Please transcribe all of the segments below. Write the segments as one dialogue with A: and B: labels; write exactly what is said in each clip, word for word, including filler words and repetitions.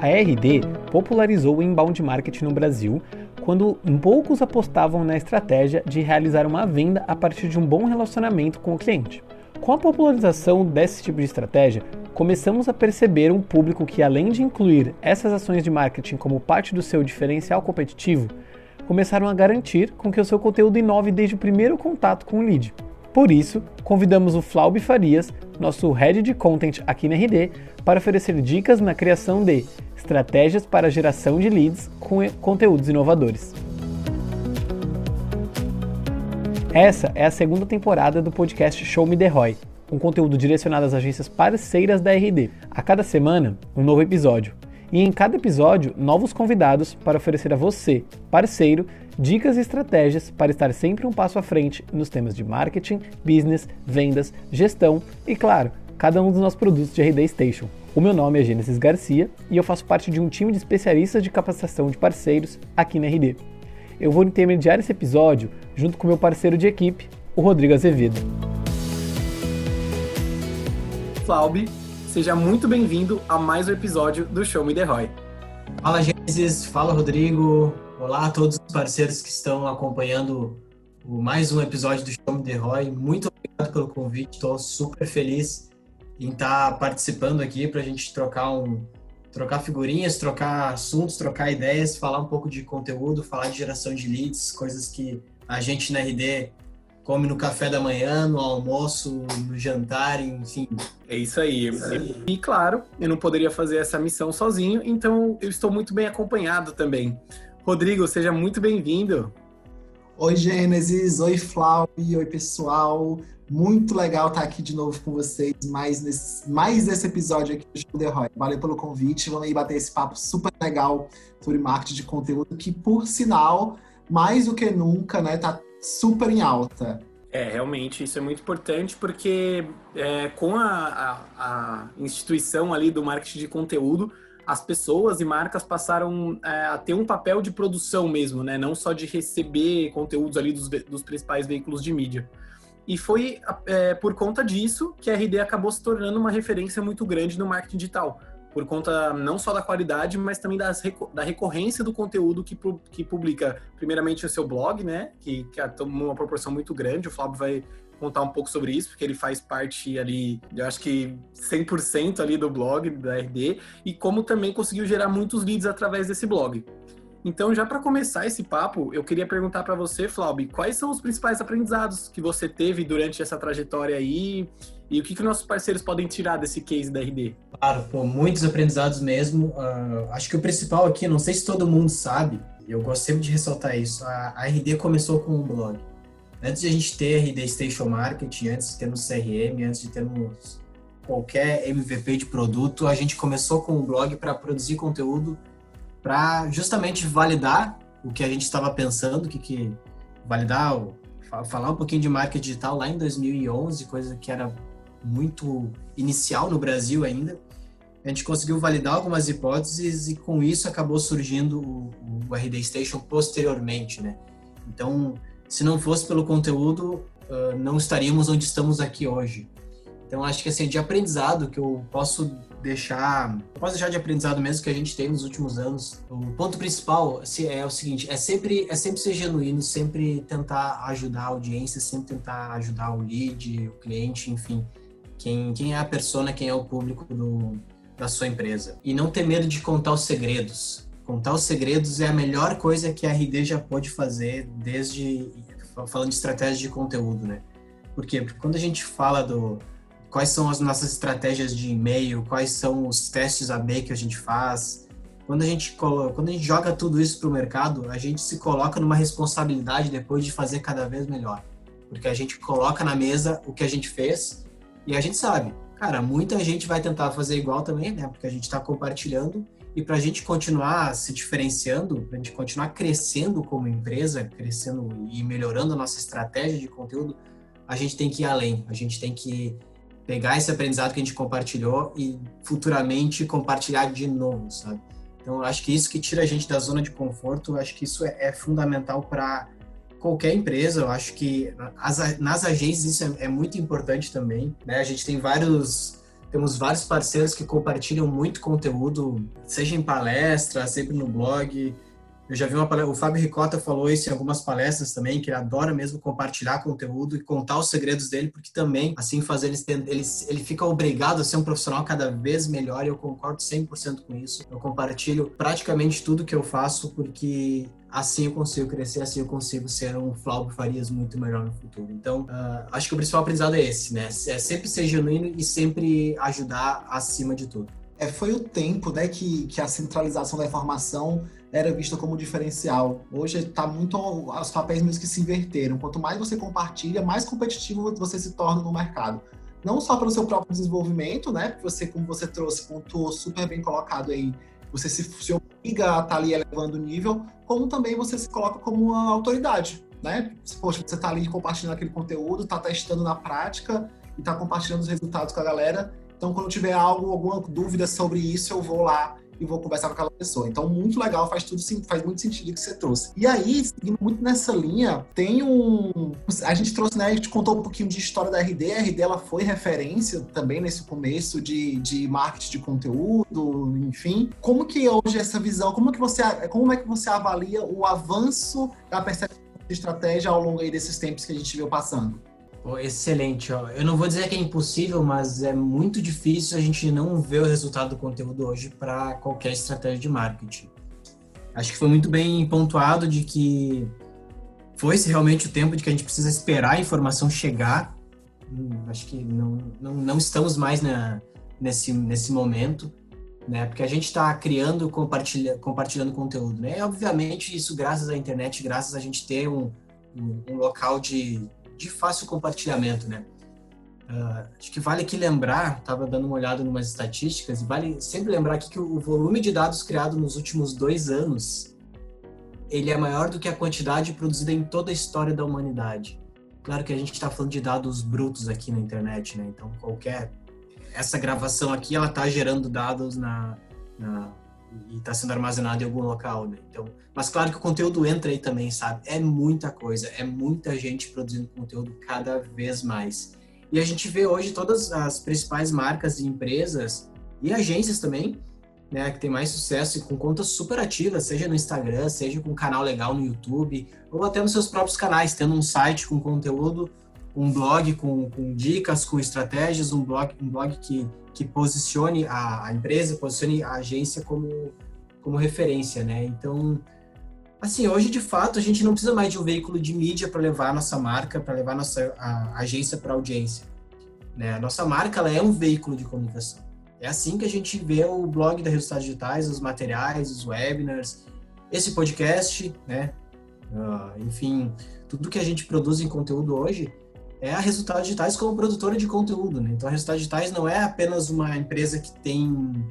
A: A R D popularizou o inbound marketing no Brasil quando poucos apostavam na estratégia de realizar uma venda a partir de um bom relacionamento com o cliente. Com a popularização desse tipo de estratégia, começamos a perceber um público que, além de incluir essas ações de marketing como parte do seu diferencial competitivo, começaram a garantir com que o seu conteúdo inove desde o primeiro contato com o lead. Por isso, convidamos o Flaubi Farias, nosso Head de Content aqui na R D, para oferecer dicas na criação de estratégias para a geração de leads com conteúdos inovadores. Essa é a segunda temporada do podcast Show Me The R O I, um conteúdo direcionado às agências parceiras da R D. A cada semana, um novo episódio. E em cada episódio, novos convidados para oferecer a você, parceiro, dicas e estratégias para estar sempre um passo à frente nos temas de marketing, business, vendas, gestão e, claro, cada um dos nossos produtos de R D Station. O meu nome é Gênesis Garcia e eu faço parte de um time de especialistas de capacitação de parceiros aqui na R D. Eu vou intermediar esse episódio junto com meu parceiro de equipe, o Rodrigo Azevedo. Flaubi, seja muito bem-vindo a mais um episódio do Show Me The R O I.
B: Fala, Gênesis. Fala, Rodrigo. Olá a todos os parceiros que estão acompanhando o mais um episódio do Show Me The R O I. Muito obrigado pelo convite. Estou super feliz em estar participando aqui para a gente trocar, um, trocar figurinhas, trocar assuntos, trocar ideias, falar um pouco de conteúdo, falar de geração de leads, coisas que a gente na R D come no café da manhã, no almoço, no jantar, enfim.
A: É isso aí. E claro, eu não poderia fazer essa missão sozinho, então eu estou muito bem acompanhado também. Rodrigo, seja muito bem-vindo.
C: Oi, Gênesis. Oi, Flaubi. Oi, pessoal. Muito legal estar aqui de novo com vocês, mais nesse, mais nesse episódio aqui do Show The R O I. Valeu pelo convite. Vamos aí bater esse papo super legal sobre marketing de conteúdo, que, por sinal, mais do que nunca, né, tá super em alta.
A: É, realmente, isso é muito importante, porque é, com a, a, a instituição ali do marketing de conteúdo, as pessoas e marcas passaram é, a ter um papel de produção mesmo, né? Não só de receber conteúdos ali dos, dos principais veículos de mídia. E foi é, por conta disso que a R D acabou se tornando uma referência muito grande no marketing digital, por conta não só da qualidade, mas também das, da recorrência do conteúdo que, que publica, primeiramente, o seu blog, né, que, que tomou uma proporção muito grande. O Flávio vai contar um pouco sobre isso, porque ele faz parte ali, eu acho que cem por cento ali do blog da R D, e como também conseguiu gerar muitos leads através desse blog. Então, já para começar esse papo, eu queria perguntar para você, Flaubi, quais são os principais aprendizados que você teve durante essa trajetória aí e o que, que nossos parceiros podem tirar desse case da R D?
B: Claro, pô, muitos aprendizados mesmo. Uh, acho que o principal aqui, não sei se todo mundo sabe, e eu gosto sempre de ressaltar isso, a, a R D começou com um blog. Antes de a gente ter R D Station Marketing, antes de termos C R M, antes de termos qualquer M V P de produto, a gente começou com um blog para produzir conteúdo para justamente validar o que a gente estava pensando, que, que validar, falar um pouquinho de marketing digital lá em dois mil e onze, coisa que era muito inicial no Brasil ainda. A gente conseguiu validar algumas hipóteses e com isso acabou surgindo o, o R D Station posteriormente, né? Então, se não fosse pelo conteúdo, uh, não estaríamos onde estamos aqui hoje. Então, acho que assim, de aprendizado que eu posso deixar, eu posso deixar de aprendizado mesmo que a gente tem nos últimos anos. O ponto principal é o seguinte, é sempre, é sempre ser genuíno, sempre tentar ajudar a audiência, sempre tentar ajudar o lead, o cliente, enfim, quem, quem é a persona, quem é o público do, da sua empresa. E não ter medo de contar os segredos. Contar os segredos é a melhor coisa que a R D já pode fazer, desde, falando de estratégia de conteúdo, né? Por quê? Porque quando a gente fala do quais são as nossas estratégias de e-mail, quais são os testes A B que a gente faz. Quando a gente, quando a gente joga tudo isso para o mercado, a gente se coloca numa responsabilidade depois de fazer cada vez melhor. Porque a gente coloca na mesa o que a gente fez e a gente sabe, cara, muita gente vai tentar fazer igual também, né? Porque a gente está compartilhando e para a gente continuar se diferenciando, para a gente continuar crescendo como empresa, crescendo e melhorando a nossa estratégia de conteúdo, a gente tem que ir além, a gente tem que pegar esse aprendizado que a gente compartilhou e futuramente compartilhar de novo, sabe? Então, eu acho que isso que tira a gente da zona de conforto, eu acho que isso é, é fundamental para qualquer empresa. Eu acho que as, nas agências isso é, é muito importante também, né? A gente tem vários Temos vários parceiros que compartilham muito conteúdo, seja em palestra, sempre no blog. Eu já vi uma palestra, o Fábio Ricota falou isso em algumas palestras também, que ele adora mesmo compartilhar conteúdo e contar os segredos dele, porque também, assim, fazer ele, ele, ele fica obrigado a ser um profissional cada vez melhor, e eu concordo cem por cento com isso. Eu compartilho praticamente tudo que eu faço, porque assim eu consigo crescer, assim eu consigo ser um Flávio Farias muito melhor no futuro. Então, uh, acho que o principal aprendizado é esse, né? É sempre ser genuíno e sempre ajudar acima de tudo.
C: É, foi o tempo, né, que, que a centralização da informação era vista como diferencial. Hoje está muito, os papéis mesmo que se inverteram. Quanto mais você compartilha, mais competitivo você se torna no mercado. Não só pelo seu próprio desenvolvimento, né, porque você, como você trouxe, pontuou super bem colocado aí, você se, se obriga a estar ali elevando o nível, como também você se coloca como uma autoridade, né? Poxa, você está ali compartilhando aquele conteúdo, está testando na prática e está compartilhando os resultados com a galera. Então, quando tiver algo, alguma dúvida sobre isso, eu vou lá e vou conversar com aquela pessoa. Então, muito legal, faz tudo, faz muito sentido o que você trouxe. E aí, seguindo muito nessa linha, tem um... A gente trouxe, né, a gente contou um pouquinho de história da R D. A R D, ela foi referência também nesse começo de, de marketing de conteúdo, enfim. Como que hoje essa visão, como que você, como é que você avalia o avanço da percepção de estratégia ao longo aí desses tempos que a gente veio passando?
B: Oh, excelente, ó. Eu não vou dizer que é impossível, mas é muito difícil a gente não ver o resultado do conteúdo hoje para qualquer estratégia de marketing. Acho que foi muito bem pontuado de que foi-se realmente o tempo de que a gente precisa esperar a informação chegar. Hum, acho que não, não, não estamos mais na, nesse, nesse momento, né? Porque a gente está criando, compartilha, compartilhando conteúdo, né? E, obviamente, isso graças à internet, graças a gente ter um, um, um local de de fácil compartilhamento, né? Uh, acho que vale aqui lembrar, estava dando uma olhada em umas estatísticas, e vale sempre lembrar aqui que o volume de dados criado nos últimos dois anos, ele é maior do que a quantidade produzida em toda a história da humanidade. Claro que a gente está falando de dados brutos aqui na internet, né? Então, qualquer... Essa gravação aqui, ela está gerando dados na... na e está sendo armazenado em algum local, né? Então, mas claro que o conteúdo entra aí também, sabe? É muita coisa, é muita gente produzindo conteúdo cada vez mais. E a gente vê hoje todas as principais marcas e empresas e agências também, né, que tem mais sucesso e com contas super ativas, seja no Instagram, seja com um canal legal no YouTube, ou até nos seus próprios canais, tendo um site com conteúdo, um blog com, com dicas, com estratégias, um blog, um blog que que posicione a, a empresa, posicione a agência como, como referência, né? Então, assim, hoje, de fato, a gente não precisa mais de um veículo de mídia para levar a nossa marca, para levar a nossa a agência para a audiência, né? A nossa marca, ela é um veículo de comunicação. É assim que a gente vê o blog da Resultados Digitais, os materiais, os webinars, esse podcast, né? Uh, enfim, tudo que a gente produz em conteúdo hoje é a Resultados Digitais como produtora de conteúdo, né? Então, a Resultados Digitais não é apenas uma empresa que tem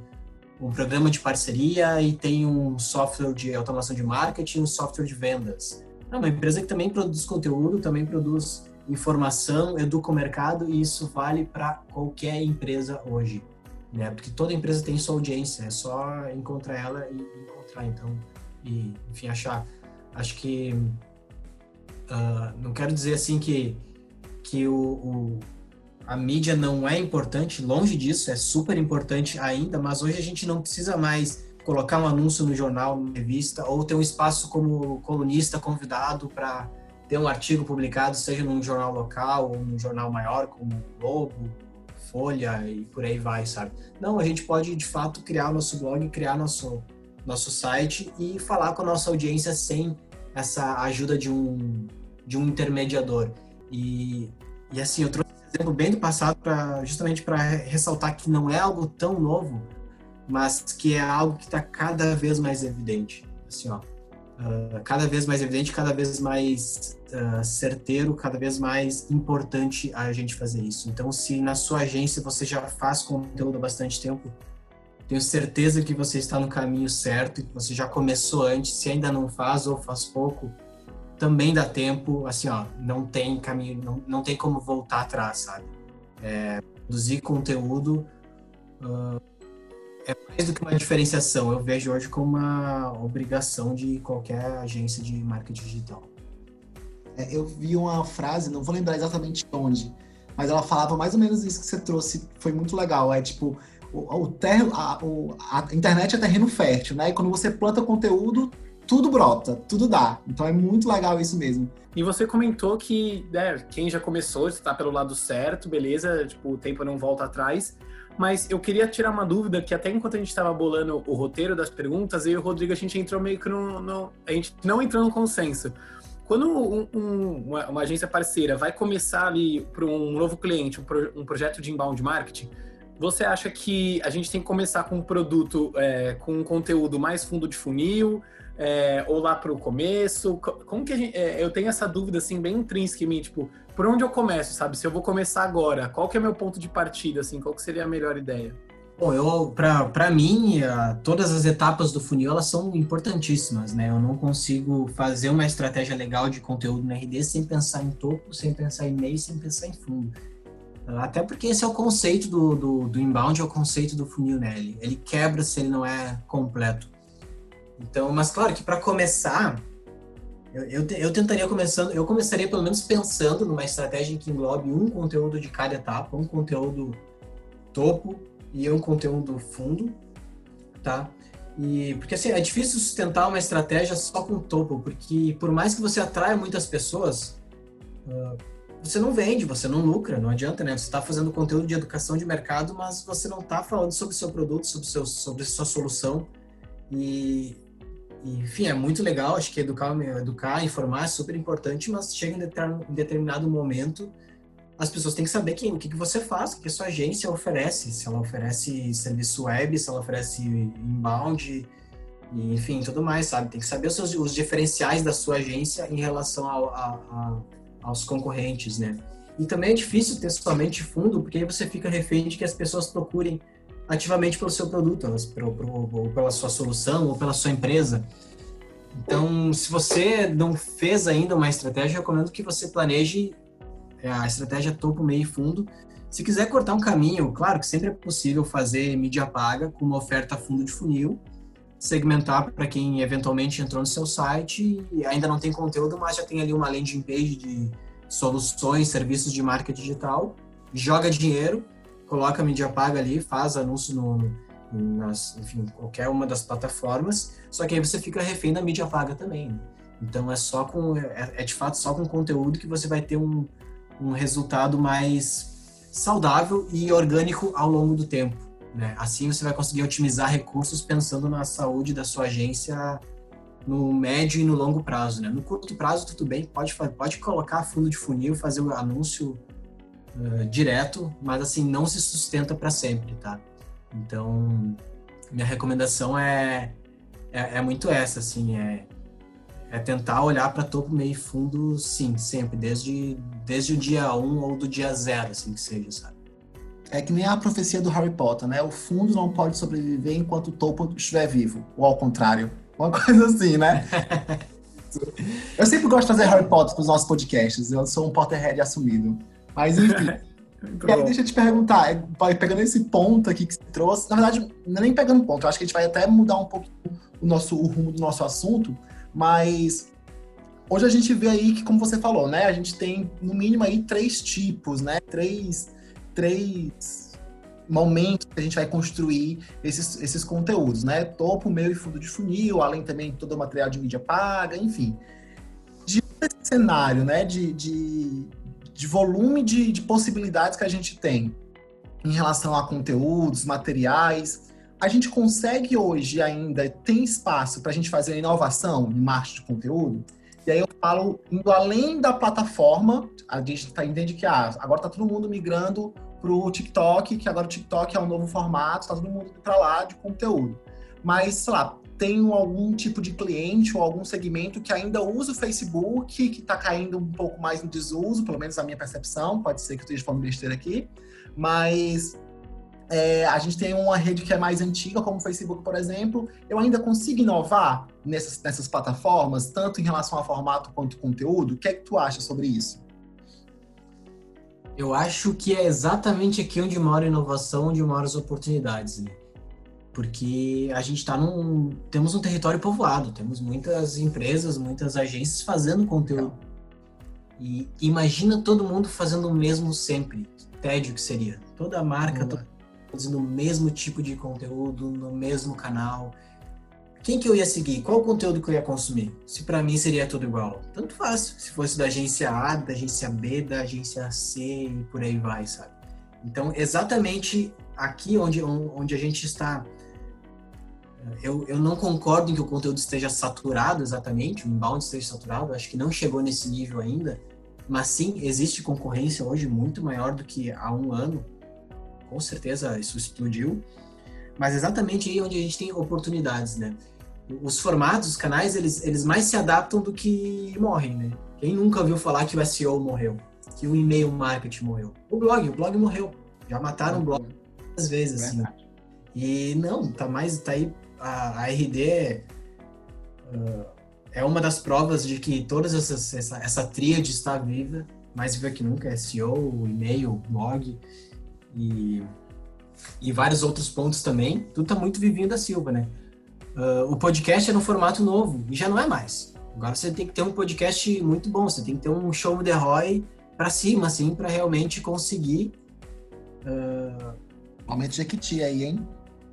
B: um programa de parceria e tem um software de automação de marketing, um software de vendas. É uma empresa que também produz conteúdo, também produz informação, educa o mercado, e isso vale para qualquer empresa hoje, né? Porque toda empresa tem sua audiência, é só encontrar ela e encontrar, então, e, enfim, achar. Acho que, uh, não quero dizer assim que que o, o, a mídia não é importante, longe disso, é super importante ainda, mas hoje a gente não precisa mais colocar um anúncio no jornal, na revista, ou ter um espaço como colunista convidado para ter um artigo publicado, seja num jornal local ou num jornal maior, como o Globo, Folha e por aí vai, sabe? Não, a gente pode, de fato, criar o nosso blog, criar nosso, nosso site e falar com a nossa audiência sem essa ajuda de um, de um intermediador. E, e assim, eu trouxe esse exemplo bem do passado pra, justamente para ressaltar que não é algo tão novo, mas que é algo que está cada vez mais evidente. Assim, ó, uh, cada vez mais evidente, cada vez mais uh, certeiro, cada vez mais importante a gente fazer isso. Então, se na sua agência você já faz conteúdo há bastante tempo, tenho certeza que você está no caminho certo e que você já começou antes. Se ainda não faz ou faz pouco, também dá tempo, assim, ó, não tem caminho, não, não tem como voltar atrás, sabe? É, produzir conteúdo uh, é mais do que uma diferenciação, eu vejo hoje como uma obrigação de qualquer agência de marketing digital.
C: É, eu vi uma frase, não vou lembrar exatamente onde, mas ela falava mais ou menos isso que você trouxe, foi muito legal. É tipo, o, o ter, a, o, a internet é terreno fértil, né? E quando você planta conteúdo, tudo brota, tudo dá. Então é muito legal isso mesmo.
A: E você comentou que né, quem já começou está pelo lado certo, beleza, tipo, o tempo não volta atrás. Mas eu queria tirar uma dúvida, que até enquanto a gente estava bolando o roteiro das perguntas, eu e o Rodrigo, a gente entrou meio que no... no a gente não entrou no consenso. Quando um, um, uma, uma agência parceira vai começar ali para um novo cliente, um, pro, um projeto de inbound marketing, você acha que a gente tem que começar com um produto, é, com um conteúdo mais fundo de funil, é, ou lá para o começo? Como que a gente, é, eu tenho essa dúvida assim, bem intrínseca em mim, tipo, por onde eu começo, sabe? Se eu vou começar agora, qual que é meu ponto de partida, assim? Qual que seria a melhor ideia?
B: Bom, eu, para mim, uh, todas as etapas do funil, elas são importantíssimas, né? Eu não consigo fazer uma estratégia legal de conteúdo no R D sem pensar em topo, sem pensar em meio, sem pensar em fundo. Uh, até porque esse é o conceito do, do, do inbound, é o conceito do funil, né? Ele, ele quebra se ele não é completo. Então, mas claro que para começar... Eu, eu, eu tentaria começando, eu começaria pelo menos pensando numa estratégia em que englobe um conteúdo de cada etapa, um conteúdo topo e um conteúdo fundo, tá? E, porque assim, é difícil sustentar uma estratégia só com topo, porque por mais que você atraia muitas pessoas, uh, você não vende, você não lucra, não adianta, né? Você está fazendo conteúdo de educação de mercado, mas você não está falando sobre o seu produto, sobre, seu, sobre a sua solução e... Enfim, é muito legal, acho que educar, educar, informar é super importante, mas chega em determinado momento, as pessoas têm que saber quem, o que, que você faz, o que a sua agência oferece, se ela oferece serviço web, se ela oferece inbound, e, enfim, tudo mais, sabe? Tem que saber os, seus, os diferenciais da sua agência em relação ao, a, a, aos concorrentes, né? E também é difícil ter somente fundo, porque aí você fica refém de que as pessoas procurem ativamente pelo seu produto, ou pela sua solução, ou pela sua empresa. Então, se você não fez ainda uma estratégia, eu recomendo que você planeje a estratégia topo, meio e fundo. Se quiser cortar um caminho, claro que sempre é possível fazer mídia paga com uma oferta fundo de funil, segmentar para quem eventualmente entrou no seu site e ainda não tem conteúdo, mas já tem ali uma landing page de soluções, serviços de marketing digital, joga dinheiro, coloca a mídia paga ali, faz anúncio no, nas, enfim, qualquer uma das plataformas, só que aí você fica refém da mídia paga também, né? Então é só com, é, é de fato só com conteúdo que você vai ter um, um resultado mais saudável e orgânico ao longo do tempo, né? Assim você vai conseguir otimizar recursos pensando na saúde da sua agência no médio e no longo prazo, né? No curto prazo, tudo bem, pode, pode colocar fundo de funil, fazer o anúncio Uh, direto, mas assim, não se sustenta para sempre, tá? Então, minha recomendação é, é, é muito essa, assim, é, é tentar olhar para topo, meio e fundo, sim, sempre, desde, desde o dia um ou do dia zero, assim que seja, sabe?
C: É que nem a profecia do Harry Potter, né? O fundo não pode sobreviver enquanto o topo estiver vivo, ou ao contrário, uma coisa assim, né? Eu sempre gosto de fazer Harry Potter para os nossos podcasts, eu sou um Potterhead assumido. Mas, enfim. E aí, deixa eu te perguntar, pegando esse ponto aqui que você trouxe, na verdade, não é nem pegando ponto, eu acho que a gente vai até mudar um pouco o, nosso, o rumo do nosso assunto, mas hoje a gente vê aí que, como você falou, né, a gente tem, no mínimo, aí três tipos, né, três, três momentos que a gente vai construir esses, esses conteúdos, né, topo, meio e fundo de funil, além também de todo o material de mídia paga, enfim. De esse cenário, né, de... de de volume de, de possibilidades que a gente tem em relação a conteúdos, materiais, a gente consegue hoje ainda, tem espaço para a gente fazer inovação em marketing de conteúdo? E aí eu falo, indo além da plataforma, a gente tá, entende que ah, agora está todo mundo migrando para o TikTok, que agora o TikTok é um novo formato, está todo mundo para lá de conteúdo. Mas, sei lá, tem algum tipo de cliente ou algum segmento que ainda usa o Facebook, que está caindo um pouco mais no desuso, pelo menos a minha percepção, pode ser que eu esteja falando besteira aqui, mas é, a gente tem uma rede que é mais antiga, como o Facebook, por exemplo, eu ainda consigo inovar nessas, nessas plataformas, tanto em relação a formato quanto conteúdo? O que é que tu acha sobre isso?
B: Eu acho que é exatamente aqui onde mora a inovação, onde moram as oportunidades, né? Porque a gente tá num... temos um território povoado, temos muitas empresas, muitas agências fazendo conteúdo. E imagina todo mundo fazendo o mesmo sempre. Tédio que seria. Toda a marca toda produzindo o mesmo tipo de conteúdo, no mesmo canal. Quem que eu ia seguir? Qual o conteúdo que eu ia consumir? Se para mim seria tudo igual. Tanto faz. Se fosse da agência A, da agência B, da agência C e por aí vai, sabe? Então, exatamente aqui onde, onde a gente está... Eu, eu não concordo em que o conteúdo esteja saturado exatamente, o inbound esteja saturado, acho que não chegou nesse nível ainda, mas sim, existe concorrência hoje muito maior do que há um ano, com certeza isso explodiu, mas exatamente aí onde a gente tem oportunidades, né? Os formatos, os canais, eles, eles mais se adaptam do que morrem, né? Quem nunca ouviu falar que o S E O morreu, que o e-mail marketing morreu? O blog, o blog morreu, já mataram o blog várias vezes, assim. E não, tá mais, tá aí, a, a R D uh, é uma das provas de que todas essas, essa, essa tríade está viva, mais viva que nunca, S E O, e-mail, blog e, e vários outros pontos também, tudo tá muito vivinho da Silva, né? Uh, o podcast é no formato novo, e já não é mais. Agora você tem que ter um podcast muito bom, você tem que ter um show de Roy pra cima, assim, pra realmente conseguir... Uh...
C: Aumento de Jequiti aí, hein?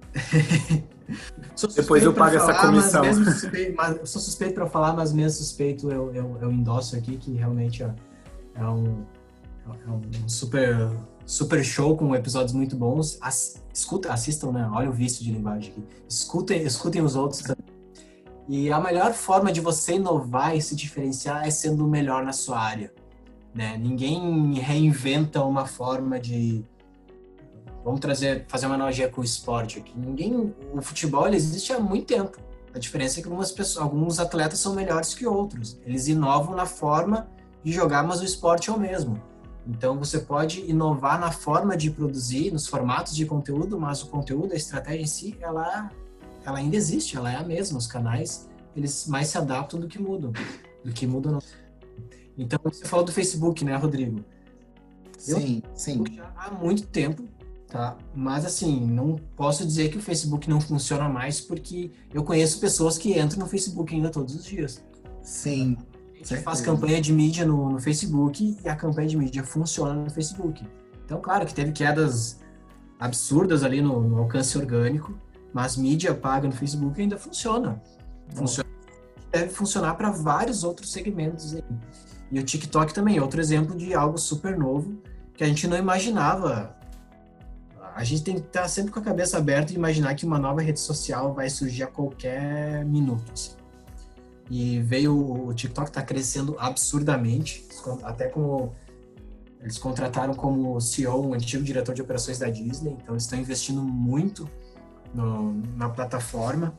A: Depois eu pago falar, essa comissão.
B: Mas mesmo suspeito, mas, eu sou suspeito para falar, mas mesmo suspeito eu, eu, eu endosso aqui que realmente é, é, um, é um super, super show com episódios muito bons. As, escuta, assistam, né? Olha o vício de linguagem aqui. Escutem, escutem os outros também. E a melhor forma de você inovar e se diferenciar é sendo o melhor na sua área, né? Ninguém reinventa uma forma de... Vamos trazer, fazer uma analogia com o esporte aqui. Ninguém, o futebol ele existe há muito tempo. A diferença é que algumas pessoas, alguns atletas são melhores que outros. Eles inovam na forma de jogar, mas o esporte é o mesmo. Então você pode inovar na forma de produzir, nos formatos de conteúdo, mas o conteúdo, a estratégia em si, ela, ela ainda existe, ela é a mesma. Os canais, eles mais se adaptam do que mudam, do que mudam. Não. Então você falou do Facebook, né, Rodrigo?
C: Sim, Eu, sim.
B: Já há muito tempo. Tá? Mas assim, não posso dizer que o Facebook não funciona mais porque eu conheço pessoas que entram no Facebook ainda todos os dias.
C: Sim.
B: A gente faz campanha de mídia no, no Facebook e a campanha de mídia funciona no Facebook. Então, claro que teve quedas absurdas ali no, no alcance orgânico, mas mídia paga no Facebook ainda funciona. Funciona. Deve funcionar para vários outros segmentos aí. E o TikTok também é outro exemplo de algo super novo que a gente não imaginava. A gente tem que estar sempre com a cabeça aberta e imaginar que uma nova rede social vai surgir a qualquer minuto. Assim. E veio o TikTok está crescendo absurdamente, até como eles contrataram como C E O um antigo diretor de operações da Disney, então eles estão investindo muito no, na plataforma.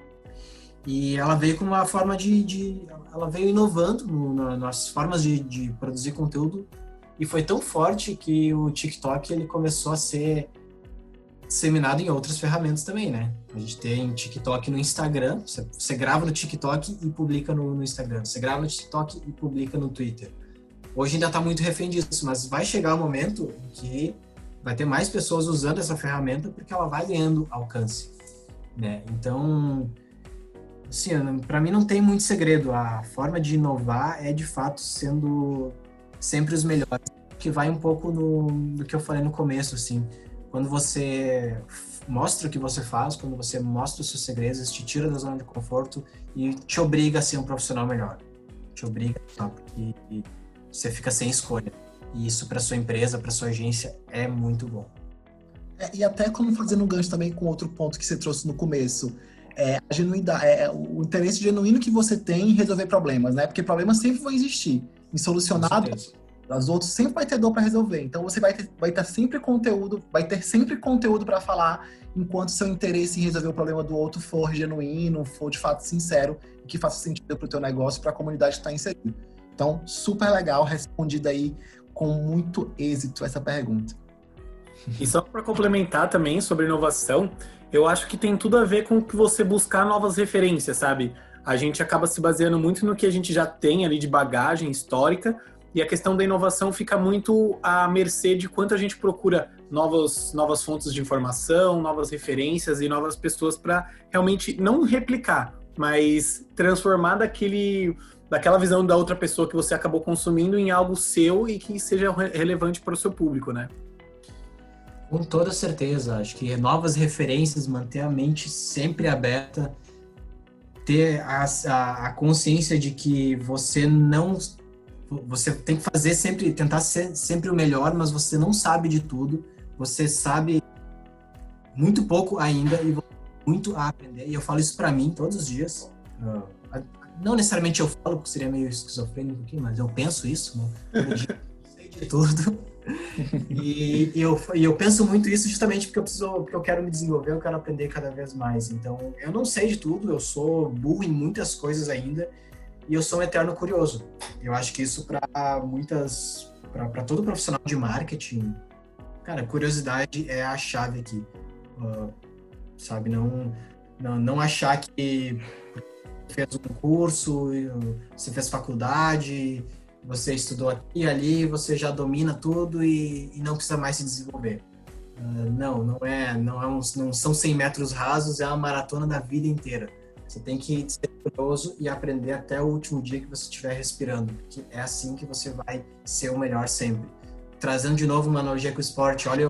B: E ela veio com uma forma de, de ela veio inovando no, na, nas formas de, de produzir conteúdo e foi tão forte que o TikTok ele começou a ser disseminado em outras ferramentas também, né? A gente tem TikTok no Instagram, você, você grava no TikTok e publica no, no Instagram, você grava no TikTok e publica no Twitter. Hoje ainda está muito refém disso, mas vai chegar o um momento em que vai ter mais pessoas usando essa ferramenta porque ela vai ganhando alcance, né? Então, assim, para mim não tem muito segredo. A forma de inovar é, de fato, sendo sempre os melhores, que vai um pouco no, do que eu falei no começo, assim. Quando você mostra o que você faz, quando você mostra os seus segredos, te tira da zona de conforto e te obriga a ser um profissional melhor. Te obriga, e, e você fica sem escolha. E isso para sua empresa, para sua agência, é muito bom.
C: É, e até como fazendo um gancho também com outro ponto que você trouxe no começo, é, a genuidade, é, o interesse genuíno que você tem em resolver problemas, né? Porque problemas sempre vão existir. Insolucionados, os outros sempre vai ter dor para resolver. Então você vai ter, vai ter sempre conteúdo, vai ter sempre conteúdo para falar, enquanto seu interesse em resolver o problema do outro for genuíno, for de fato sincero e que faça sentido para o teu negócio, para a comunidade que está inserida. Então, super legal, respondida aí com muito êxito essa pergunta.
A: E só para complementar também sobre inovação, eu acho que tem tudo a ver com que você buscar novas referências, sabe? A gente acaba se baseando muito no que a gente já tem ali de bagagem histórica, e a questão da inovação fica muito à mercê de quanto a gente procura novas, novas fontes de informação, novas referências e novas pessoas para realmente não replicar mas transformar daquele, daquela visão da outra pessoa que você acabou consumindo em algo seu e que seja re- relevante para o seu público, né?
B: Com toda certeza, acho que novas referências, manter a mente sempre aberta, ter a, a, a consciência de que você não, você tem que fazer sempre, tentar ser sempre o melhor, mas você não sabe de tudo, você sabe muito pouco ainda e você tem muito a aprender, e eu falo isso para mim todos os dias. Uh, não necessariamente eu falo, porque seria meio esquizofrênico aqui, mas eu penso isso, né? Todo dia, eu sei de tudo. E eu, e eu penso muito isso justamente porque eu preciso, porque eu quero me desenvolver, eu quero aprender cada vez mais. Então, eu não sei de tudo, eu sou burro em muitas coisas ainda e eu sou um eterno curioso. Eu acho que isso para muitas, para todo profissional de marketing, cara, curiosidade é a chave aqui. Uh, sabe, não, não, não achar que fez um curso, você fez faculdade, você estudou aqui e ali, você já domina tudo e, e não precisa mais se desenvolver. Uh, não, não é, não é um, não são cem metros rasos, é uma maratona da vida inteira. Você tem que ser curioso e aprender até o último dia que você estiver respirando, porque é assim que você vai ser o melhor sempre. Trazendo de novo uma analogia com o esporte, olha,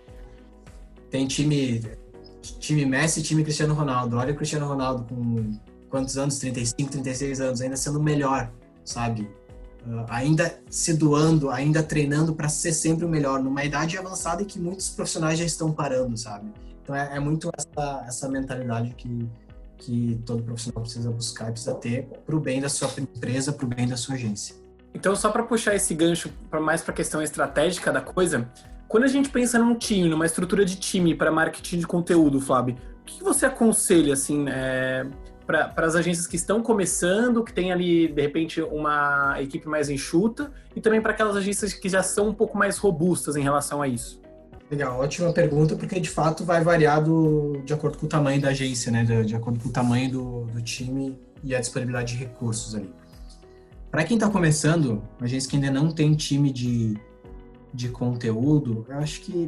B: tem time, time Messi e time Cristiano Ronaldo. Olha o Cristiano Ronaldo com quantos anos? trinta e cinco, trinta e seis anos, ainda sendo o melhor, sabe? Uh, ainda se doando, ainda treinando para ser sempre o melhor, numa idade avançada em que muitos profissionais já estão parando, sabe? Então é, é muito essa, essa mentalidade que, que todo profissional precisa buscar, precisa ter para o bem da sua empresa, para o bem da sua agência.
A: Então, só para puxar esse gancho pra mais para a questão estratégica da coisa, quando a gente pensa num time, numa estrutura de time para marketing de conteúdo, Flávio, o que você aconselha assim, é, para as agências que estão começando, que tem ali de repente uma equipe mais enxuta, e também para aquelas agências que já são um pouco mais robustas em relação a isso?
B: Legal, ótima pergunta, porque de fato vai variar do, de acordo com o tamanho da agência, né? De, de acordo com o tamanho do, do time e a disponibilidade de recursos ali. Para quem está começando, agência que ainda não tem time de, de conteúdo, eu acho que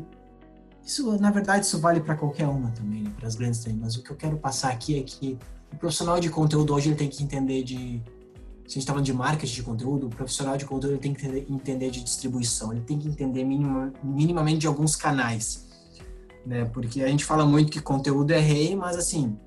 B: isso, na verdade, isso vale para qualquer uma também, né? Para as grandes também. Mas o que eu quero passar aqui é que o profissional de conteúdo hoje ele tem que entender de... Se a gente está falando de marketing de conteúdo, o profissional de conteúdo ele tem que entender, entender de distribuição, ele tem que entender minima, minimamente de alguns canais, né? Porque a gente fala muito que conteúdo é rei, mas assim,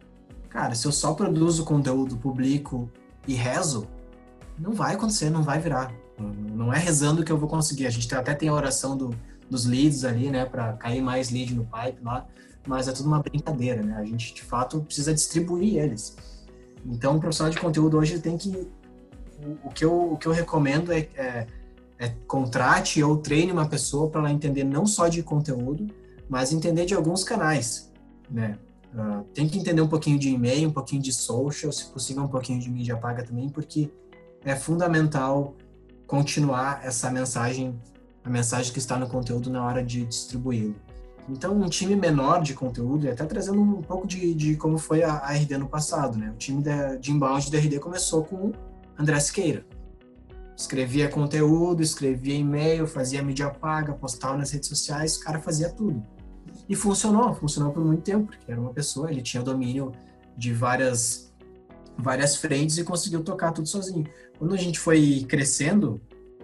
B: cara, se eu só produzo conteúdo, publico e rezo, não vai acontecer, não vai virar. Não é rezando que eu vou conseguir. A gente até tem a oração do, dos leads ali, né, para cair mais lead no pipe lá, mas é tudo uma brincadeira, né? A gente, de fato, precisa distribuir eles. Então, o profissional de conteúdo hoje tem que... O, o, que, eu, o que eu recomendo é, é, é contrate ou treine uma pessoa para ela entender não só de conteúdo, mas entender de alguns canais, né? Uh, tem que entender um pouquinho de e-mail, um pouquinho de social, se possível um pouquinho de mídia paga também, porque é fundamental continuar essa mensagem, a mensagem que está no conteúdo na hora de distribuí-lo. Então, um time menor de conteúdo, e até trazendo um pouco de, de como foi a, a R D no passado, né? O time da, de inbound da R D começou com o André Siqueira. Escrevia conteúdo, escrevia e-mail, fazia mídia paga, postava nas redes sociais, o cara fazia tudo. E funcionou, funcionou por muito tempo, porque era uma pessoa, ele tinha domínio de várias, várias frentes e conseguiu tocar tudo sozinho. Quando a gente foi crescendo,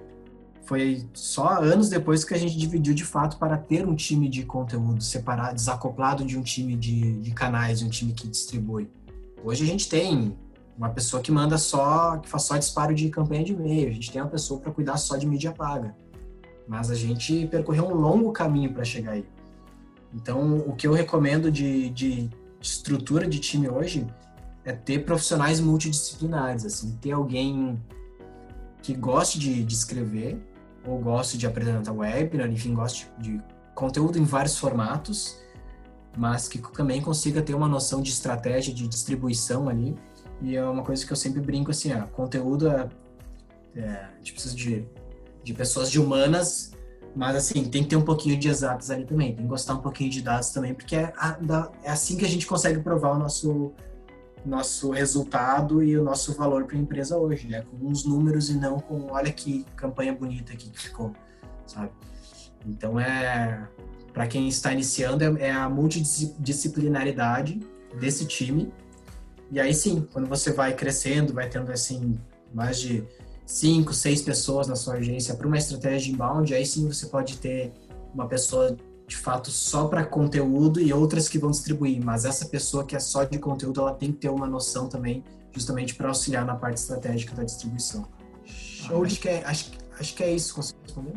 B: foi só anos depois que a gente dividiu de fato para ter um time de conteúdo separado, desacoplado de um time de, de canais, um time que distribui. Hoje a gente tem uma pessoa que manda só, que faz só disparo de campanha de e-mail, a gente tem uma pessoa para cuidar só de mídia paga. Mas a gente percorreu um longo caminho para chegar aí. Então, o que eu recomendo de, de estrutura de time hoje é ter profissionais multidisciplinares, assim, ter alguém que goste de, de escrever, ou goste de apresentar webinar, enfim, goste de conteúdo em vários formatos, mas que também consiga ter uma noção de estratégia de distribuição ali. E é uma coisa que eu sempre brinco assim, ó, conteúdo é, é, a gente precisa de, de pessoas de humanas, mas assim, tem que ter um pouquinho de exatas ali também, tem que gostar um pouquinho de dados também, porque é, a, é assim que a gente consegue provar o nosso, nosso resultado e o nosso valor para a empresa hoje, né? Com uns números e não com, olha que campanha bonita aqui que ficou, sabe? Então, é para quem está iniciando, é, é a multidisciplinaridade desse time E aí sim, quando você vai crescendo, vai tendo assim mais de cinco, seis pessoas na sua agência para uma estratégia de inbound, aí sim você pode ter uma pessoa de fato só para conteúdo e outras que vão distribuir, mas essa pessoa que é só de conteúdo, ela tem que ter uma noção também, justamente para auxiliar na parte estratégica da distribuição. Show. Acho que é, acho, acho que é isso, consigo responder?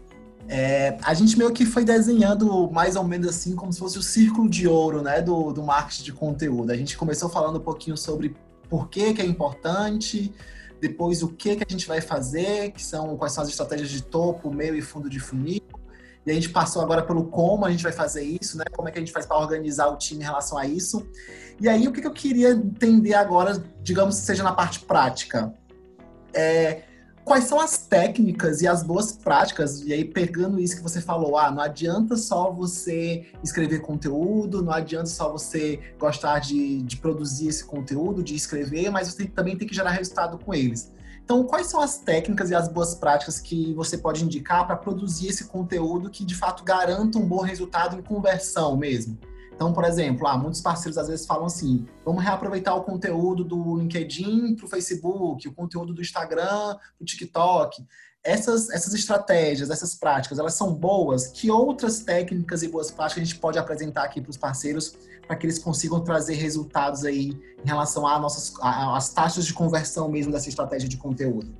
C: É, a gente meio que foi desenhando mais ou menos assim, como se fosse o círculo de ouro, né, do, do marketing de conteúdo. A gente começou falando um pouquinho sobre por que que é importante, depois o que que a gente vai fazer, que são, quais são as estratégias de topo, meio e fundo de funil. E a gente passou agora pelo como a gente vai fazer isso, né, como é que a gente faz para organizar o time em relação a isso. E aí, o que que eu queria entender agora, digamos que seja na parte prática, é... quais são as técnicas e as boas práticas, e aí pegando isso que você falou, ah, não adianta só você escrever conteúdo, não adianta só você gostar de, de produzir esse conteúdo, de escrever, mas você também tem que gerar resultado com eles. Então, quais são as técnicas e as boas práticas que você pode indicar para produzir esse conteúdo que, de fato, garanta um bom resultado em conversão mesmo? Então, por exemplo, ah, muitos parceiros às vezes falam assim, vamos reaproveitar o conteúdo do LinkedIn para o Facebook, o conteúdo do Instagram para o TikTok. Essas, essas estratégias, essas práticas, elas são boas? Que outras técnicas e boas práticas a gente pode apresentar aqui para os parceiros para que eles consigam trazer resultados aí em relação a nossas, a, às taxas de conversão mesmo dessa estratégia de conteúdo?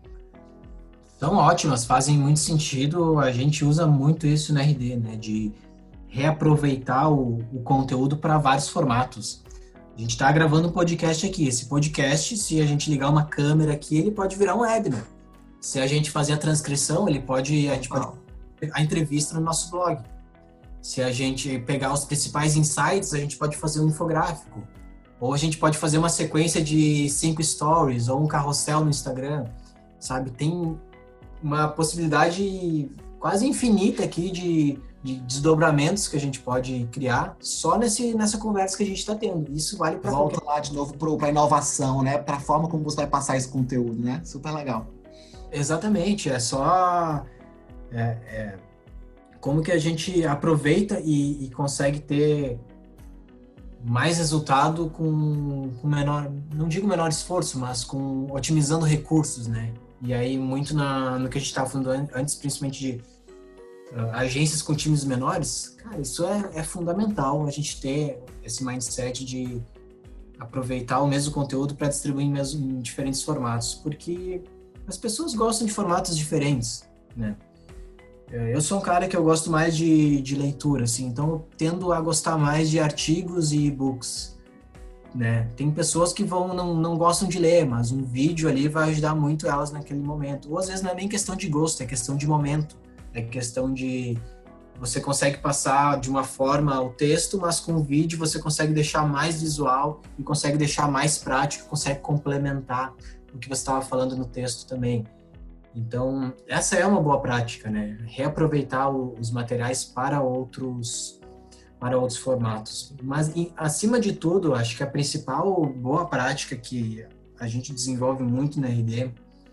B: São ótimas, fazem muito sentido. A gente usa muito isso no R D, né? De reaproveitar o, o conteúdo para vários formatos. A gente está gravando um podcast aqui. Esse podcast, se a gente ligar uma câmera aqui, ele pode virar um webinar. Se a gente fazer a transcrição, ele pode, a gente pode a entrevista no nosso blog. Se a gente pegar os principais insights, a gente pode fazer um infográfico. Ou a gente pode fazer uma sequência de cinco stories ou um carrossel no Instagram, sabe? Tem uma possibilidade quase infinita aqui de de desdobramentos que a gente pode criar só nesse, nessa conversa que a gente está tendo. Isso vale para
C: Volta qualquer... lá de novo para a inovação, né? Para a forma como você vai passar esse conteúdo, né? Super legal.
B: Exatamente. É só... É, é, como que a gente aproveita e, e consegue ter mais resultado com, com menor... Não digo menor esforço, mas com otimizando recursos, né? E aí, muito na, no que a gente estava falando antes, principalmente de Uh, agências com times menores, cara, isso é, é fundamental, a gente ter esse mindset de aproveitar o mesmo conteúdo para distribuir mesmo em diferentes formatos, porque as pessoas gostam de formatos diferentes, né? Eu sou um cara que eu gosto mais de, de leitura, assim, então eu tendo a gostar mais de artigos e e-books, né? Tem pessoas que vão, não, não gostam de ler, mas um vídeo ali vai ajudar muito elas naquele momento, ou às vezes não é nem questão de gosto, é questão de momento. É questão de... Você consegue passar de uma forma o texto, mas com o vídeo você consegue deixar mais visual e consegue deixar mais prático, consegue complementar o que você estava falando no texto também. Então, essa é uma boa prática, né? Reaproveitar o, os materiais para outros, para outros formatos. Mas, e, acima de tudo, acho que a principal boa prática que a gente desenvolve muito na R D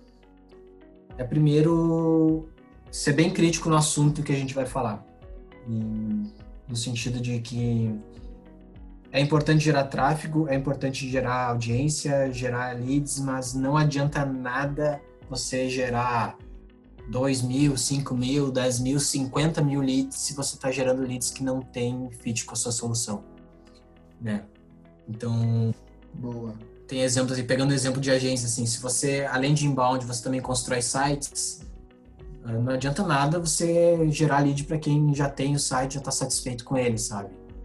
B: é, primeiro... ser bem crítico no assunto que a gente vai falar, em, no sentido de que é importante gerar tráfego, é importante gerar audiência, gerar leads, mas não adianta nada você gerar dois mil, cinco mil, dez mil, cinquenta mil leads se você está gerando leads que não tem fit com a sua solução, né? Então,
C: boa.
B: Tem exemplos aí, pegando o exemplo de agência, assim, se você, além de inbound, você também constrói sites, não adianta nada você gerar lead para quem já tem o site, já está satisfeito com ele, sabe?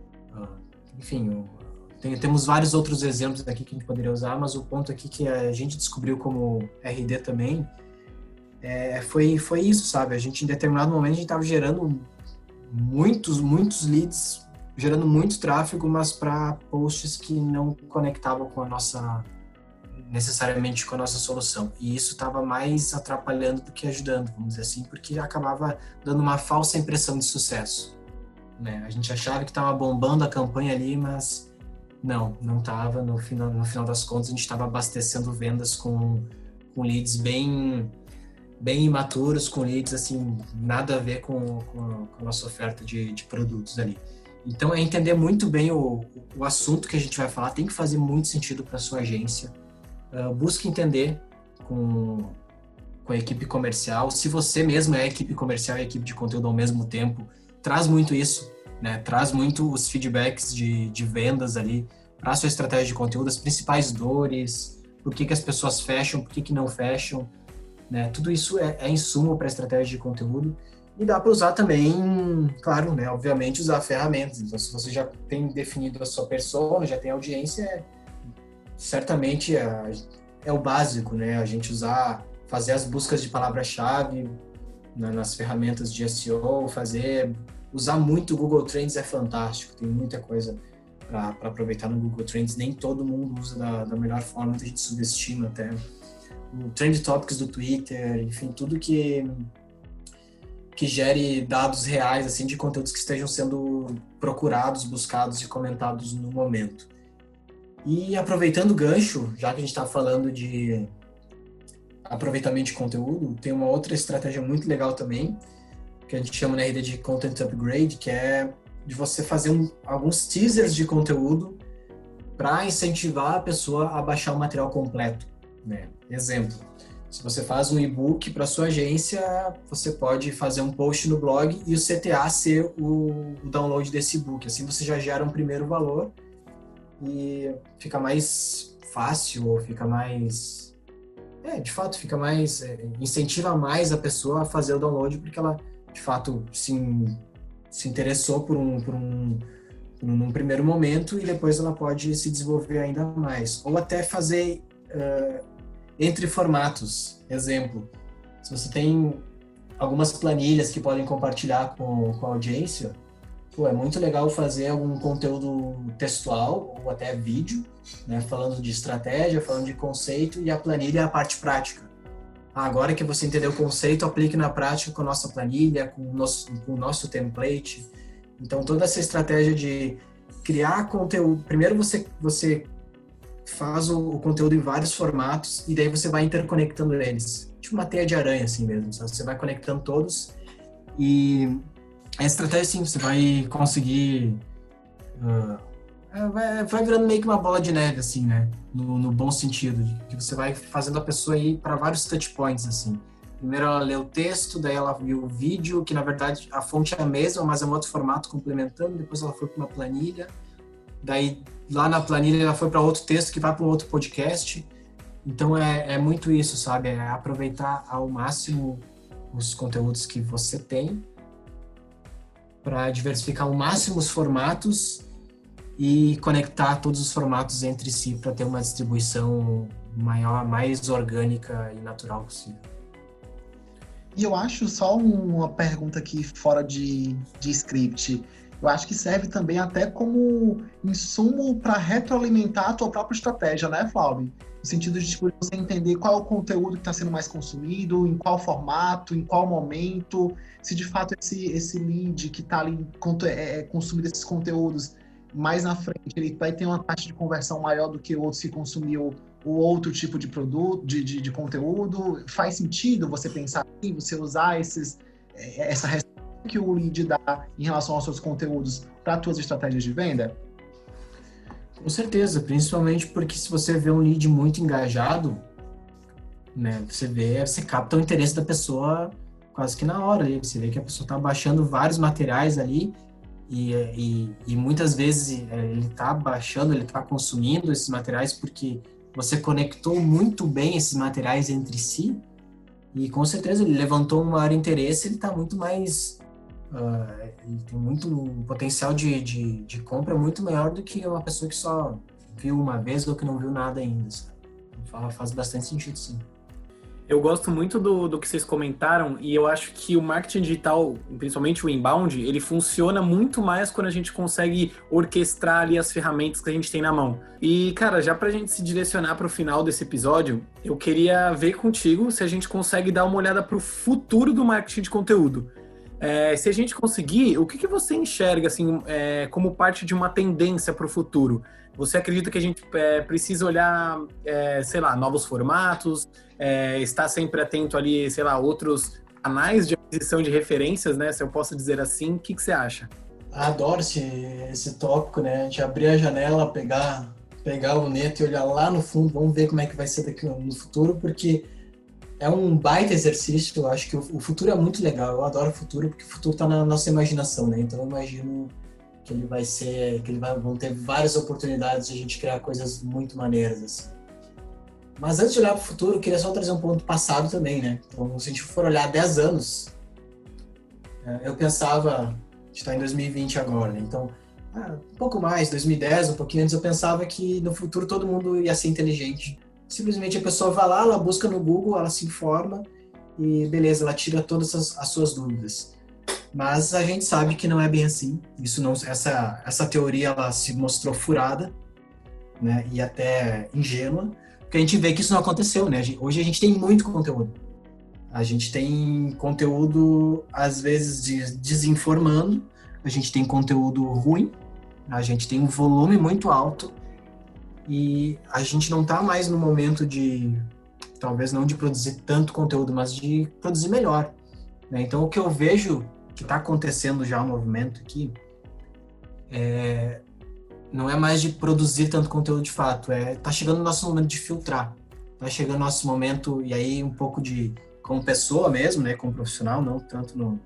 B: Enfim, tem, temos vários outros exemplos aqui que a gente poderia usar, mas o ponto aqui que a gente descobriu como R D também é, foi, foi isso, sabe? A gente, em determinado momento, a gente estava gerando muitos, muitos leads, gerando muito tráfego, mas para posts que não conectavam com a nossa... necessariamente com a nossa solução. E isso estava mais atrapalhando do que ajudando, vamos dizer assim, porque acabava dando uma falsa impressão de sucesso, né? A gente achava que estava bombando a campanha ali, mas não, não estava. No final, no final das contas, a gente estava abastecendo vendas com, com leads bem, bem imaturos, com leads, assim, nada a ver com, com, a, com a nossa oferta de, de produtos ali. Então, é entender muito bem o, o assunto que a gente vai falar, tem que fazer muito sentido para sua agência. Uh, busque entender com, com a equipe comercial. Se você mesmo é equipe comercial e equipe de conteúdo ao mesmo tempo, traz muito isso, né? Traz muito os feedbacks de, de vendas ali para a sua estratégia de conteúdo, as principais dores, por que, que as pessoas fecham, por que, que não fecham, né? Tudo isso é, é insumo para a estratégia de conteúdo. E dá para usar também, claro, né? Obviamente, usar ferramentas. Então, se você já tem definido a sua persona, já tem audiência, é, certamente é, é o básico, né? A gente usar, fazer as buscas de palavra-chave, né, nas ferramentas de S E O, fazer, usar muito o Google Trends é fantástico. Tem muita coisa para aproveitar no Google Trends. Nem todo mundo usa da, da melhor forma, a gente subestima até. O Trend Topics do Twitter, enfim, tudo que que gere dados reais, assim, de conteúdos que estejam sendo procurados, buscados e comentados no momento. E aproveitando o gancho, já que a gente está falando de aproveitamento de conteúdo, tem uma outra estratégia muito legal também, que a gente chama na R D de Content Upgrade, que é de você fazer um, alguns teasers de conteúdo para incentivar a pessoa a baixar o material completo, né? Exemplo, se você faz um e-book para sua agência, você pode fazer um post no blog e o C T A ser o, o download desse e-book. Assim você já gera um primeiro valor e fica mais fácil, ou fica mais... É, de fato, fica mais... É, incentiva mais a pessoa a fazer o download, porque ela, de fato, se, se interessou por um, por um, por um primeiro momento e depois ela pode se desenvolver ainda mais. Ou até fazer... Uh, entre formatos, exemplo, se você tem algumas planilhas que podem compartilhar com, com a audiência, pô, é muito legal fazer algum conteúdo textual ou até vídeo, né, falando de estratégia, falando de conceito, e a planilha é a parte prática. Ah, agora que você entendeu o conceito, aplique na prática com a nossa planilha, com o nosso, com o nosso template. Então, toda essa estratégia de criar conteúdo, primeiro você, você faz o, o conteúdo em vários formatos e daí você vai interconectando eles. Tipo uma teia de aranha, assim mesmo. Sabe? Você vai conectando todos e a estratégia, sim, você vai conseguir... Uh, vai, vai virando meio que uma bola de neve, assim, né? No, no bom sentido. De que você vai fazendo a pessoa ir para vários touch points, assim. Primeiro ela lê o texto, daí ela viu o vídeo, que na verdade a fonte é a mesma, mas é um outro formato complementando. Depois ela foi para uma planilha. Daí, lá na planilha, ela foi para outro texto que vai para um outro podcast. Então, é, é muito isso, sabe? É aproveitar ao máximo os conteúdos que você tem para diversificar ao máximo os formatos e conectar todos os formatos entre si para ter uma distribuição maior, mais orgânica e natural possível.
C: E eu acho só uma pergunta aqui fora de, de script. Eu acho que serve também até como insumo para retroalimentar a tua própria estratégia, né, Flávio? No sentido de tipo, você entender qual é o conteúdo que está sendo mais consumido, em qual formato, em qual momento, se de fato esse, esse lead que está ali é, consumindo esses conteúdos mais na frente, ele vai ter uma taxa de conversão maior do que outros que consumiu o outro tipo de produto, de, de, de conteúdo. Faz sentido você pensar assim, você usar esses, essa resposta que o lead dá em relação aos seus conteúdos para as tuas estratégias de venda?
B: Com certeza, principalmente porque se você vê um lead muito engajado, né, você vê, você capta o interesse da pessoa quase que na hora ali. Você vê que a pessoa está baixando vários materiais ali e, e, e muitas vezes ele está baixando, ele está consumindo esses materiais porque você conectou muito bem esses materiais entre si e com certeza ele levantou um maior interesse, ele está muito mais... Uh, ele tem muito um potencial de, de, de compra muito maior do que uma pessoa que só viu uma vez ou que não viu nada ainda, sabe? Então, faz bastante sentido, sim.
A: Eu gosto muito do, do que vocês comentaram e eu acho que o marketing digital, principalmente o inbound, ele funciona muito mais quando a gente consegue orquestrar ali as ferramentas que a gente tem na mão. E, cara, já pra gente se direcionar pro final desse episódio, eu queria ver contigo se a gente consegue dar uma olhada pro futuro do marketing de conteúdo. É, se a gente conseguir, o que, que você enxerga assim, é, como parte de uma tendência para o futuro? Você acredita que a gente é, precisa olhar, é, sei lá, novos formatos, é, estar sempre atento ali, sei lá, outros canais de aquisição de referências, né? Se eu posso dizer assim, o que, que você acha?
B: Adoro esse, esse tópico, né? A gente abrir a janela, pegar, pegar a luneta e olhar lá no fundo, vamos ver como é que vai ser daqui no futuro, porque é um baita exercício. Eu acho que o, o futuro é muito legal. Eu adoro o futuro, porque o futuro está na nossa imaginação, né? Então eu imagino que ele vai ser, que ele vai, vão ter várias oportunidades de a gente criar coisas muito maneiras, assim. Mas antes de olhar para o futuro, eu queria só trazer um ponto do passado também, né? Então, se a gente for olhar dez anos, eu pensava, a gente está em dois mil e vinte agora, né? Então, ah, um pouco mais, dois mil e dez, um pouquinho antes, eu pensava que no futuro todo mundo ia ser inteligente. Simplesmente a pessoa vai lá, ela busca no Google, ela se informa e beleza, ela tira todas as, as suas dúvidas. Mas a gente sabe que não é bem assim. Isso não, essa, essa teoria ela se mostrou furada, né? E até ingênua, porque a gente vê que isso não aconteceu, né? Hoje a gente tem muito conteúdo. A gente tem conteúdo, às vezes, desinformando, a gente tem conteúdo ruim, a gente tem um volume muito alto e a gente não está mais no momento de, talvez não de produzir tanto conteúdo, mas de produzir melhor, né? Então, o que eu vejo que está acontecendo já o movimento aqui é, não é mais de produzir tanto conteúdo de fato, é tá chegando o nosso momento de filtrar, tá chegando o nosso momento, e aí um pouco de como pessoa mesmo, né, como profissional, não tanto no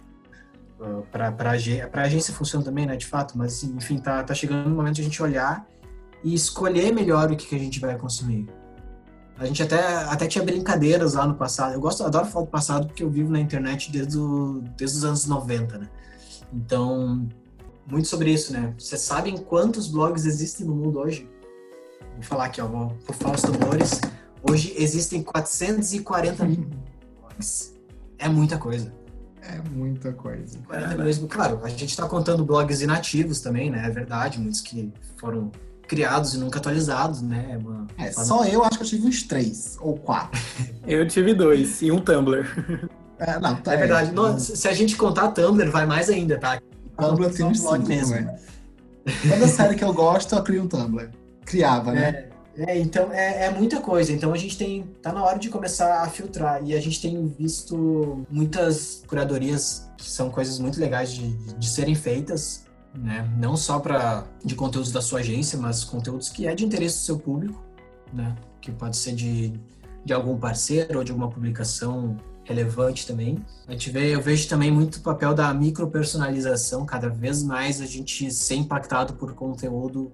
B: uh, para para para agência funciona também, né, de fato, mas enfim, tá tá chegando o momento de a gente olhar e escolher melhor o que que a gente vai consumir. A gente até até tinha brincadeiras lá no passado. Eu gosto, adoro falar do passado porque eu vivo na internet desde o, desde os anos noventa, né? Então, muito sobre isso, né? Vocês sabem quantos blogs existem no mundo hoje? Vou falar aqui, ó, vou falar os tambores. Hoje existem quatrocentos e quarenta mil blogs. É muita coisa.
C: É muita coisa.
B: quarenta mil, claro, a gente está contando blogs inativos também, né? É verdade, muitos que foram criados e nunca atualizados, né? Uma...
C: É, só eu acho que eu tive uns três ou quatro.
A: Eu tive dois e um Tumblr.
C: É, não, tá
B: é verdade.
C: É,
B: não, se a gente contar Tumblr, vai mais ainda, tá?
C: Tumblr tem um blog mesmo. É. Toda série que eu gosto, eu crio um Tumblr. Criava, né?
B: É, é então é, é muita coisa. Então a gente tem. Tá na hora de começar a filtrar. E a gente tem visto muitas curadorias que são coisas muito legais de, de serem feitas, né? Não só para de conteúdos da sua agência, mas conteúdos que é de interesse do seu público, né? Que pode ser de, de algum parceiro ou de alguma publicação relevante também. A gente vê, eu vejo também muito o papel da micropersonalização, cada vez mais a gente ser impactado por conteúdo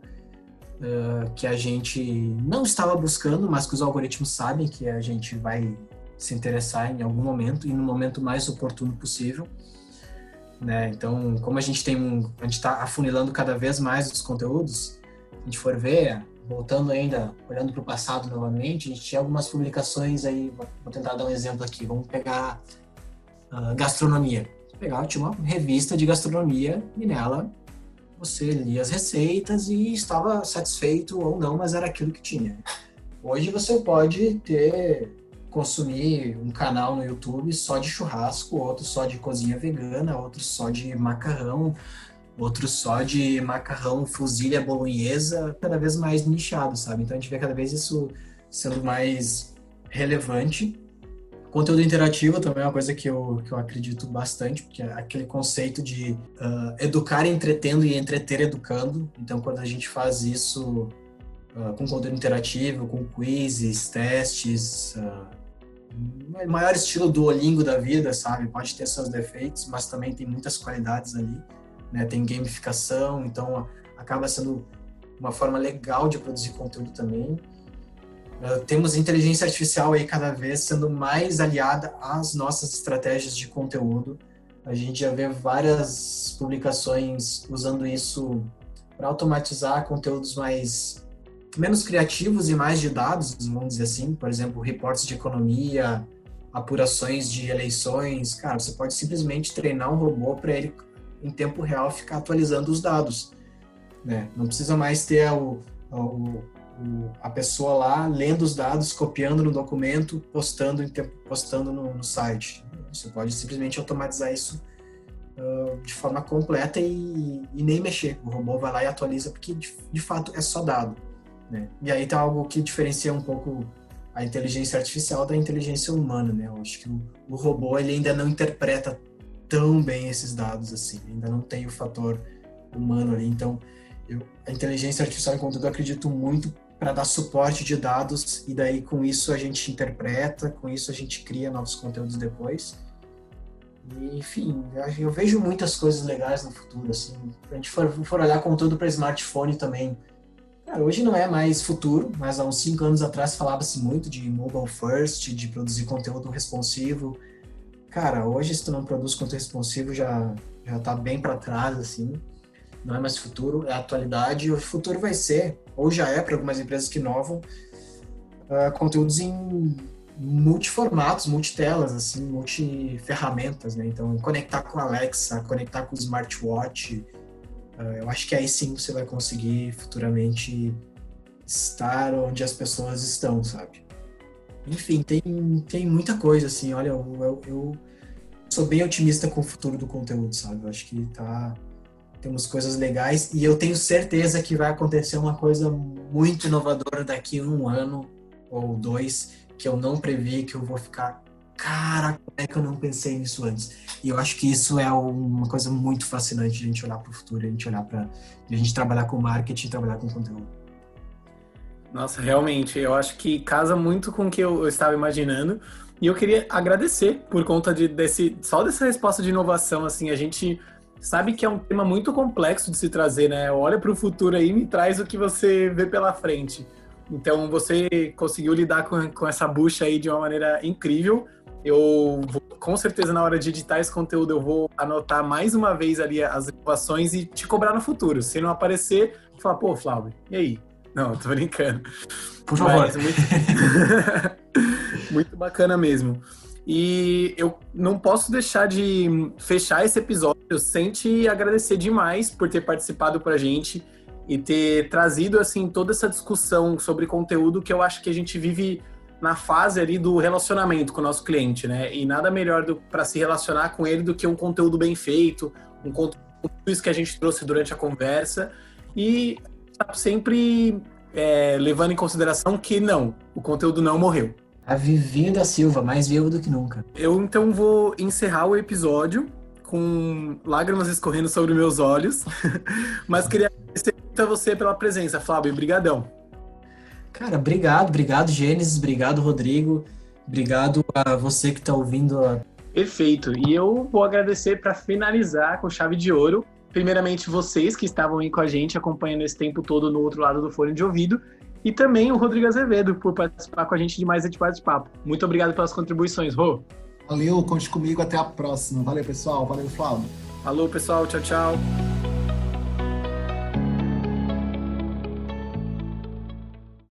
B: uh, que a gente não estava buscando, mas que os algoritmos sabem que a gente vai se interessar em algum momento e no momento mais oportuno possível, né? Então, como a gente tem um, a gente está afunilando cada vez mais os conteúdos, se a gente for ver, voltando ainda, olhando para o passado novamente, a gente tinha algumas publicações aí, vou tentar dar um exemplo aqui, vamos pegar uh, gastronomia. Vou pegar, tinha uma revista de gastronomia e nela você lia as receitas e estava satisfeito ou não, mas era aquilo que tinha. Hoje você pode ter, consumir um canal no YouTube só de churrasco, outro só de cozinha vegana, outro só de macarrão, outro só de macarrão fuzilha bolonhesa, cada vez mais nichado, sabe? Então a gente vê cada vez isso sendo mais relevante. Conteúdo interativo também é uma coisa que eu, que eu acredito bastante, porque é aquele conceito de uh, educar entretendo e entreter educando. Então quando a gente faz isso uh, com conteúdo interativo, com quizzes, testes, uh, maior estilo Duolingo da vida, sabe? Pode ter seus defeitos, mas também tem muitas qualidades ali. Né, tem gamificação, então acaba sendo uma forma legal de produzir conteúdo também. Uh, temos inteligência artificial aí cada vez sendo mais aliada às nossas estratégias de conteúdo. A gente já vê várias publicações usando isso para automatizar conteúdos mais menos criativos e mais de dados, vamos dizer assim. Por exemplo, reportes de economia, apurações de eleições. Cara, você pode simplesmente treinar um robô para ele em tempo real ficar atualizando os dados, né? Não precisa mais ter o, o, o, a pessoa lá lendo os dados, copiando no documento, postando, em tempo, postando no, no site. Você pode simplesmente automatizar isso uh, de forma completa e, e nem mexer. O robô vai lá e atualiza porque de, de fato é só dado, né? E aí tá algo que diferencia um pouco a inteligência artificial da inteligência humana, né? Eu acho que o, o robô ele ainda não interpreta tão bem esses dados assim, ainda não tem o fator humano ali, então eu, a inteligência artificial em conteúdo eu acredito muito para dar suporte de dados, e daí com isso a gente interpreta, com isso a gente cria novos conteúdos depois. E, enfim, eu, eu vejo muitas coisas legais no futuro, assim. Se a gente for, for olhar conteúdo para smartphone também, cara, hoje não é mais futuro, mas há uns cinco anos atrás falava-se muito de mobile first, de produzir conteúdo responsivo. Cara, hoje se tu não produz conteúdo responsivo já, já tá bem para trás, assim. Não é mais futuro, é atualidade. E o futuro vai ser, ou já é para algumas empresas que inovam, uh, conteúdos em multiformatos, multitelas, assim, multiferramentas, né? Então, conectar com a Alexa, conectar com o smartwatch, uh, eu acho que aí sim você vai conseguir futuramente estar onde as pessoas estão, sabe? Enfim, tem, tem muita coisa, assim, olha, eu, eu, eu sou bem otimista com o futuro do conteúdo, sabe? Eu acho que tá... Temos coisas legais e eu tenho certeza que vai acontecer uma coisa muito inovadora daqui a um ano ou dois, que eu não previ, que eu vou ficar, cara, como é que eu não pensei nisso antes? E eu acho que isso é uma coisa muito fascinante, a gente olhar para o futuro, a gente olhar para a gente trabalhar com marketing, trabalhar com conteúdo.
A: Nossa, realmente, eu acho que casa muito com o que eu, eu estava imaginando. E eu queria agradecer por conta de, desse, só dessa resposta de inovação, assim, a gente sabe que é um tema muito complexo de se trazer, né? Olha para o futuro aí e me traz o que você vê pela frente. Então, você conseguiu lidar com, com essa bucha aí de uma maneira incrível. Eu vou, com certeza, na hora de editar esse conteúdo, eu vou anotar mais uma vez ali as inovações e te cobrar no futuro. Se não aparecer, vou falar, pô, Flávio, e aí? Não, tô brincando.
B: Por favor.
A: Mas muito... muito bacana mesmo. E eu não posso deixar de fechar esse episódio sem te agradecer demais por ter participado pra gente e ter trazido, assim, toda essa discussão sobre conteúdo que eu acho que a gente vive na fase ali do relacionamento com o nosso cliente, né? E nada melhor para se relacionar com ele do que um conteúdo bem feito, um conteúdo, tudo isso que a gente trouxe durante a conversa e sempre é, levando em consideração que não, o conteúdo não morreu.
B: A Vivinho da Silva, mais vivo do que nunca.
A: Eu, então, vou encerrar o episódio com lágrimas escorrendo sobre meus olhos, mas queria agradecer muito a você pela presença, Flávio, brigadão.
B: Cara, obrigado, obrigado, Gênesis, obrigado, Rodrigo, obrigado a você que está ouvindo. A...
A: Perfeito, e eu vou agradecer para finalizar com chave de ouro, primeiramente vocês que estavam aí com a gente, acompanhando esse tempo todo no outro lado do fone de ouvido, e também o Rodrigo Azevedo, por participar com a gente de mais esse bate-papo. Muito obrigado pelas contribuições, Rô.
C: Valeu, conte comigo, até a próxima. Valeu, pessoal. Valeu, Flávio.
A: Falou, pessoal. Tchau, tchau.